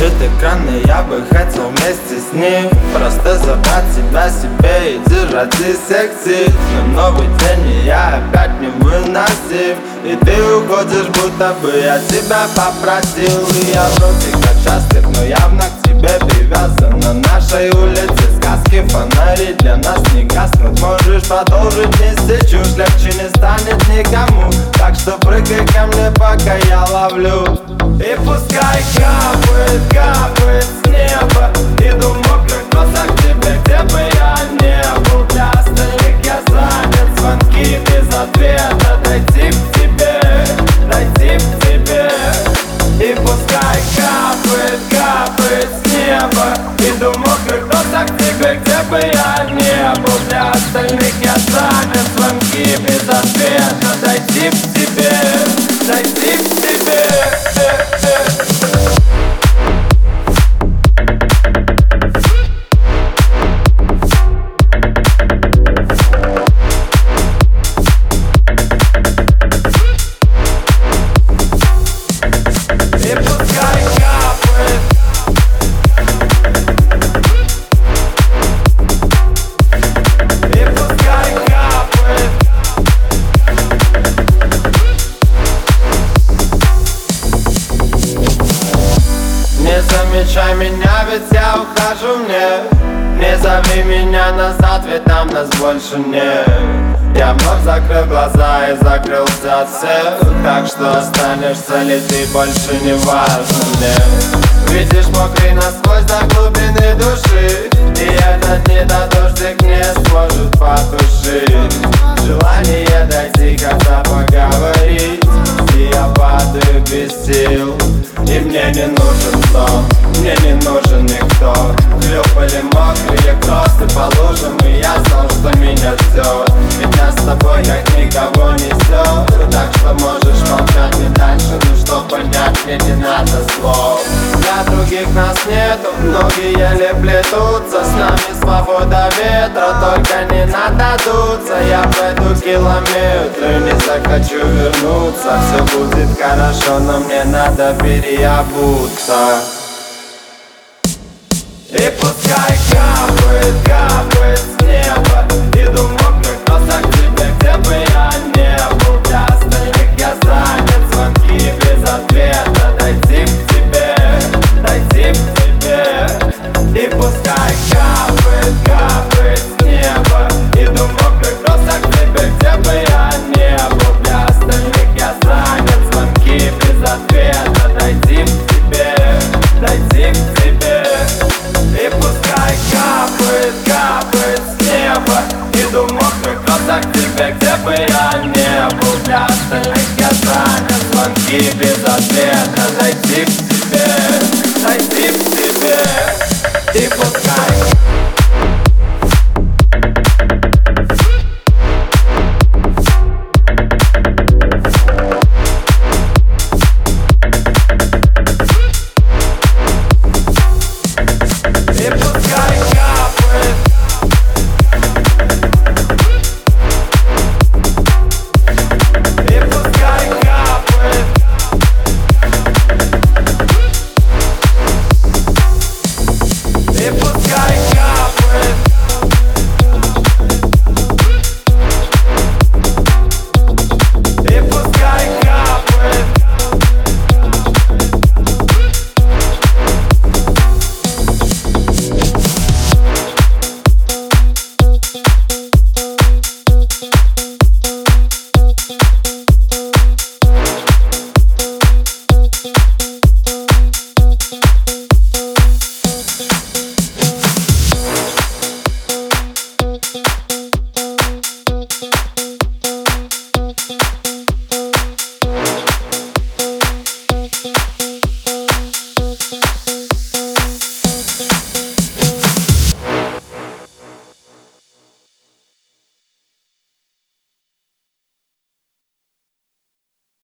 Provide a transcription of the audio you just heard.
Выключит экраны, я бы хотел вместе с ним просто забрать тебя себе и держать из секции. Но новый день, и я опять невыносим, и ты уходишь, будто бы я тебя попросил. И я вроде как счастлив, но явно к тебе привязан. На нашей улице сказки, фонари для нас не гаснут. Можешь продолжить нести чушь, легче не станет никому. Так что прыгай ко мне, пока я ловлю. И пускай капает, капает с неба. Иду в мокрых носах к тебе, где бы я не был. Для остальных я занят, звонки без ответа. Дойти к тебе, дойти к тебе. И пускай капает, капает с неба. Иду в мокрых носах к тебе, где бы я не был. Для остальных я занят, звонки без ответа. Дойти к тебе, дойти к тебе. Не замечай меня, ведь я ухожу мне. Не зови меня назад, ведь нам нас больше нет. Я вновь закрыл глаза и закрылся от всех. Так что останешься ли ты, больше не важно мне. Видишь, мокрый насквозь до глубины души, и этот недодождик не сможет потушить желание дойти, когда поговорить. И я падаю без сил, и мне не нужен сон, мне не нужен никто. Хлюпали мокрые кроссы по лужам, и я знал, что меня ждет. Ведь нас с тобой как никого несет. Так что можешь молчать и дальше, но что понять мне не надо слов. Для других нас нету, многие еле плетутся. С нами свобода ветра, только не надо дуться. Я пройду километры, не захочу вернуться. Все будет хорошо, но мне надо переобуться. И пускай капает, капает